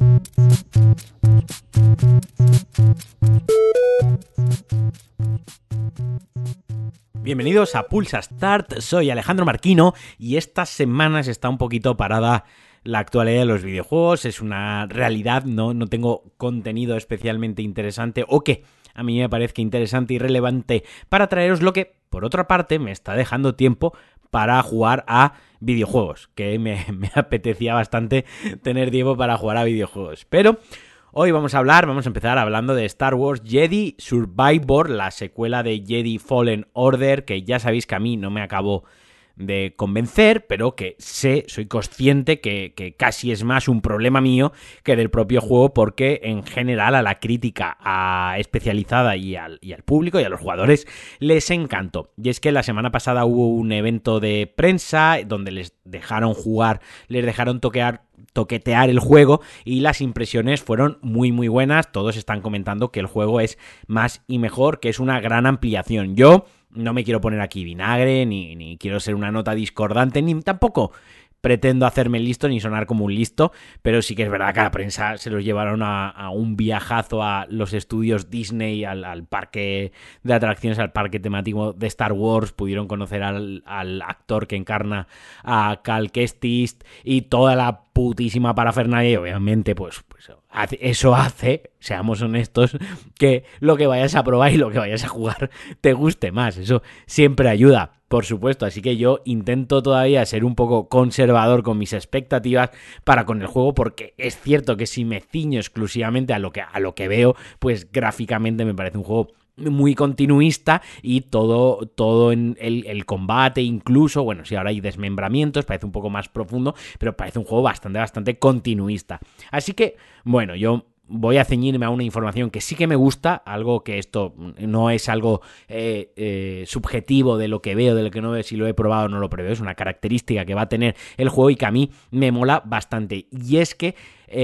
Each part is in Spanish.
Bienvenidos a Pulsa Start, soy Alejandro Marquino y estas semanas está un poquito parada la actualidad de los videojuegos, es una realidad, no tengo contenido especialmente interesante o que a mí me parezca interesante y relevante para traeros lo que, por otra parte, me está dejando tiempo para jugar a videojuegos, que me apetecía bastante tener tiempo para jugar a videojuegos, pero hoy vamos a empezar hablando de Star Wars Jedi Survivor, la secuela de Jedi Fallen Order, que ya sabéis que a mí no me acabó de convencer, pero que soy consciente que casi es más un problema mío que del propio juego, porque en general a la crítica especializada y al público y a los jugadores les encantó. Y es que la semana pasada hubo un evento de prensa donde les dejaron toquetear el juego y las impresiones fueron muy muy buenas. Todos están comentando que el juego es más y mejor, que es una gran ampliación. Yo no me quiero poner aquí vinagre, ni quiero ser una nota discordante, ni tampoco pretendo hacerme listo ni sonar como un listo, pero sí que es verdad que a la prensa se los llevaron a un viajazo a los estudios Disney, al parque de atracciones, al parque temático de Star Wars. Pudieron conocer al actor que encarna a Cal Kestis y toda la putísima parafernalia, y obviamente pues eso hace, seamos honestos, que lo que vayas a probar y lo que vayas a jugar te guste más. Eso siempre ayuda, por supuesto, así que yo intento todavía ser un poco conservador con mis expectativas para con el juego, porque es cierto que si me ciño exclusivamente a lo que veo, pues gráficamente me parece un juego muy continuista y todo en el combate, incluso, bueno, si ahora hay desmembramientos, parece un poco más profundo, pero parece un juego bastante continuista. Así que, bueno, yo voy a ceñirme a una información que sí que me gusta, algo que esto no es algo subjetivo de lo que veo, de lo que no veo, si lo he probado o no lo pruebo, es una característica que va a tener el juego y que a mí me mola bastante, y es que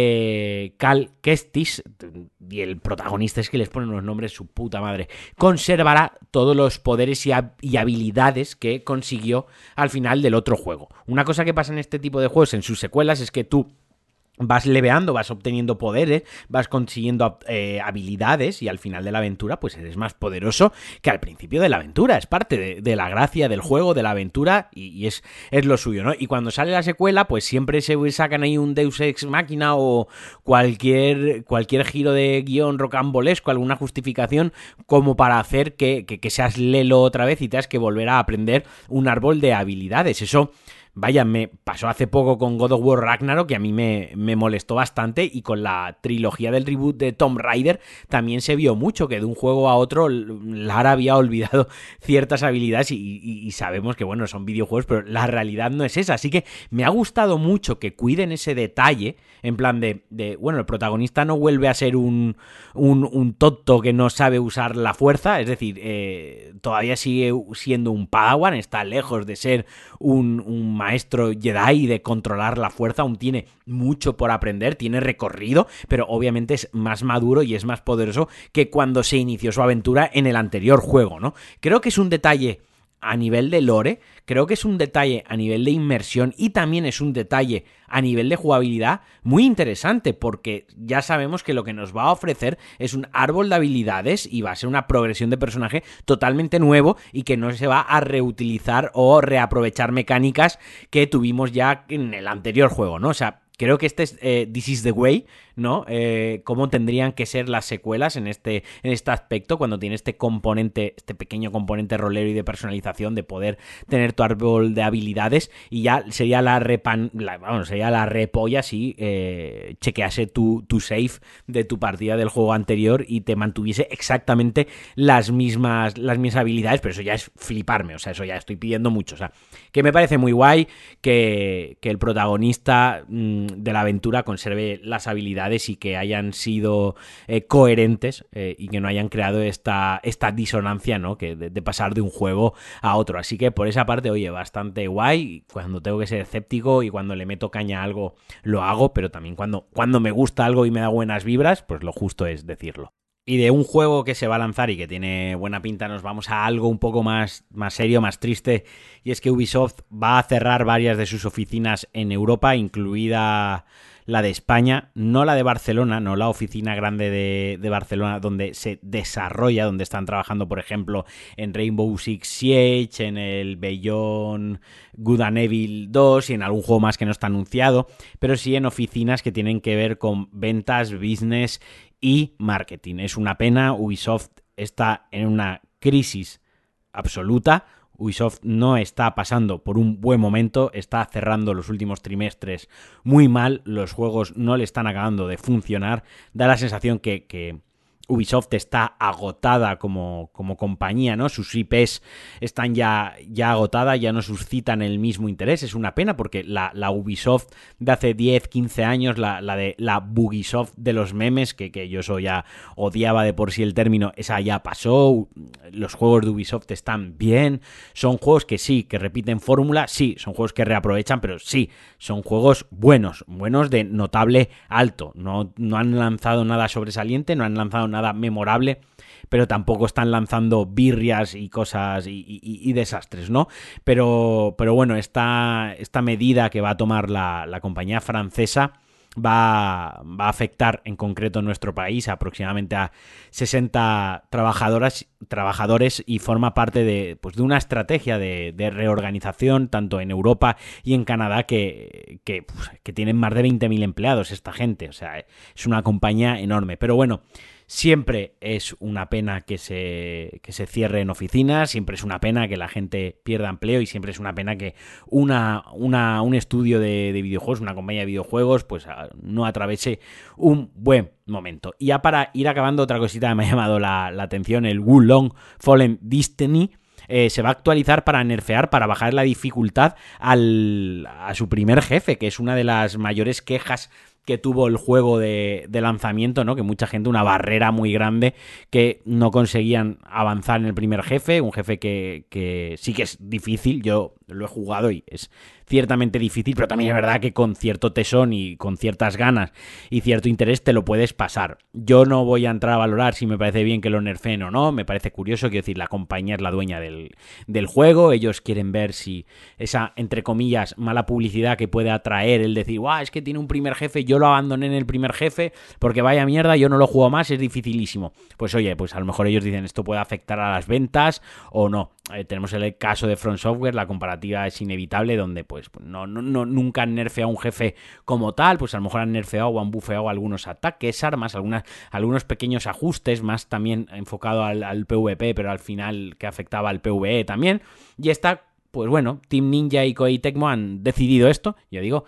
Cal Kestis, y el protagonista, es que les ponen los nombres su puta madre, conservará todos los poderes y habilidades que consiguió al final del otro juego. Una cosa que pasa en este tipo de juegos, en sus secuelas, es que tú vas leveando, vas obteniendo poderes, vas consiguiendo habilidades, y al final de la aventura pues eres más poderoso que al principio de la aventura. Es parte de la gracia del juego, de la aventura, y es lo suyo, ¿no? Y cuando sale la secuela pues siempre se sacan ahí un Deus Ex Machina o cualquier giro de guión rocambolesco, alguna justificación como para hacer que seas lelo otra vez y tengas que volver a aprender un árbol de habilidades. Eso, vaya, me pasó hace poco con God of War Ragnarok, que a mí me molestó bastante, y con la trilogía del reboot de Tomb Raider también se vio mucho que de un juego a otro Lara había olvidado ciertas habilidades y sabemos que, bueno, son videojuegos, pero la realidad no es esa. Así que me ha gustado mucho que cuiden ese detalle, en plan de bueno, el protagonista no vuelve a ser un tonto que no sabe usar la fuerza, es decir, todavía sigue siendo un Padawan, está lejos de ser un maestro Jedi, de controlar la fuerza, aún tiene mucho por aprender, tiene recorrido, pero obviamente es más maduro y es más poderoso que cuando se inició su aventura en el anterior juego, ¿no? Creo que es un detalle a nivel de lore, creo que es un detalle a nivel de inmersión y también es un detalle a nivel de jugabilidad muy interesante, porque ya sabemos que lo que nos va a ofrecer es un árbol de habilidades y va a ser una progresión de personaje totalmente nuevo y que no se va a reutilizar o reaprovechar mecánicas que tuvimos ya en el anterior juego, ¿no? O sea, creo que este es This is the way, ¿no? Cómo tendrían que ser las secuelas en este aspecto, cuando tiene este pequeño componente rolero y de personalización, de poder tener tu árbol de habilidades, y ya sería la repolla si chequease tu save de tu partida del juego anterior y te mantuviese exactamente las mismas habilidades, pero eso ya es fliparme, o sea, eso ya estoy pidiendo mucho, o sea, que me parece muy guay que el protagonista de la aventura conserve las habilidades y que hayan sido coherentes y que no hayan creado esta disonancia, ¿no? Que de pasar de un juego a otro. Así que por esa parte, oye, bastante guay. Cuando tengo que ser escéptico y cuando le meto caña a algo, lo hago, pero también cuando me gusta algo y me da buenas vibras, pues lo justo es decirlo. Y de un juego que se va a lanzar y que tiene buena pinta, nos vamos a algo un poco más serio, más triste, y es que Ubisoft va a cerrar varias de sus oficinas en Europa, incluida la de España, no la de Barcelona, no la oficina grande de Barcelona donde se desarrolla, donde están trabajando, por ejemplo, en Rainbow Six Siege, en el Beyond Good and Evil 2 y en algún juego más que no está anunciado, pero sí en oficinas que tienen que ver con ventas, business y marketing. Es una pena, Ubisoft está en una crisis absoluta. Ubisoft no está pasando por un buen momento, está cerrando los últimos trimestres muy mal, los juegos no le están acabando de funcionar, da la sensación que Ubisoft está agotada como compañía, ¿no? Sus IPs están ya agotadas, ya no suscitan el mismo interés. Es una pena porque la Ubisoft de hace 10, 15 años, la Bugisoft de los memes, que yo eso ya odiaba de por sí el término, esa ya pasó. Los juegos de Ubisoft están bien. Son juegos que sí, que repiten fórmula, sí, son juegos que reaprovechan, pero sí, son juegos buenos de notable alto. No han lanzado nada sobresaliente, no han lanzado nada memorable, pero tampoco están lanzando birrias y cosas y desastres, ¿no? Pero bueno, esta medida que va a tomar la compañía francesa va a afectar en concreto en nuestro país aproximadamente a 60 trabajadores y forma parte de una estrategia de reorganización tanto en Europa y en Canadá que tienen más de 20.000 empleados esta gente, o sea, es una compañía enorme, pero bueno, siempre es una pena que se cierren oficinas, siempre es una pena que la gente pierda empleo y siempre es una pena que un estudio de videojuegos, una compañía de videojuegos, pues no atraviese un buen momento. Y ya para ir acabando, otra cosita que me ha llamado la atención, el Wulong Fallen Destiny. Se va a actualizar para nerfear, para bajar la dificultad a su primer jefe, que es una de las mayores quejas que tuvo el juego de lanzamiento, ¿no? Que mucha gente, una barrera muy grande, que no conseguían avanzar en el primer jefe, un jefe que sí que es difícil, yo lo he jugado y es ciertamente difícil, pero también es verdad que con cierto tesón y con ciertas ganas y cierto interés te lo puedes pasar. Yo no voy a entrar a valorar si me parece bien que lo nerfeen o no, me parece curioso, quiero decir, la compañía es la dueña del juego, ellos quieren ver si esa, entre comillas, mala publicidad que puede atraer el decir, guau, es que tiene un primer jefe, yo lo abandoné en el primer jefe porque vaya mierda, yo no lo juego más, es dificilísimo. Pues oye, pues a lo mejor ellos dicen esto puede afectar a las ventas o no. Tenemos el caso de From Software, la comparativa es inevitable, donde pues nunca han nerfeado a un jefe como tal, pues a lo mejor han nerfeado o han bufeado algunos ataques, armas, algunos pequeños ajustes, más también enfocado al PvP, pero al final que afectaba al PvE también, y esta pues bueno, Team Ninja y Koei Tecmo han decidido esto, yo digo,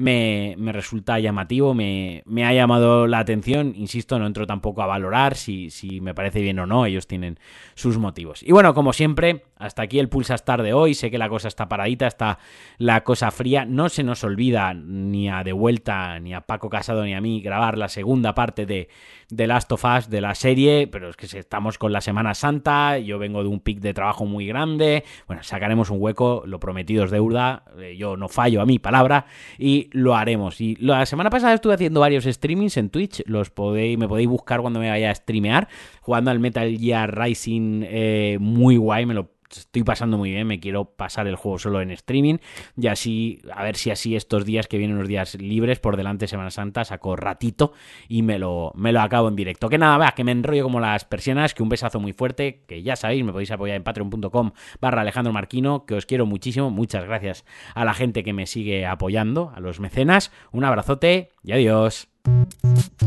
me resulta llamativo, me ha llamado la atención, insisto, no entro tampoco a valorar si me parece bien o no, ellos tienen sus motivos. Y bueno, como siempre, hasta aquí el Pulsastar de hoy, sé que la cosa está paradita, está la cosa fría, no se nos olvida ni a De Vuelta, ni a Paco Casado, ni a mí grabar la segunda parte de Last of Us, de la serie, pero es que estamos con la Semana Santa, yo vengo de un pic de trabajo muy grande, bueno, sacaremos un hueco, lo prometido es deuda, yo no fallo a mi palabra y lo haremos. Y la semana pasada estuve haciendo varios streamings en Twitch, me podéis buscar cuando me vaya a streamear, jugando al Metal Gear Rising, muy guay, me lo estoy pasando muy bien, me quiero pasar el juego solo en streaming y así, a ver si así estos días que vienen unos días libres por delante de Semana Santa saco ratito y me lo acabo en directo. Que nada, va, que me enrollo como las persianas, que un besazo muy fuerte, que ya sabéis, me podéis apoyar en patreon.com/Alejandro Marquino, que os quiero muchísimo, muchas gracias a la gente que me sigue apoyando, a los mecenas, un abrazote y adiós.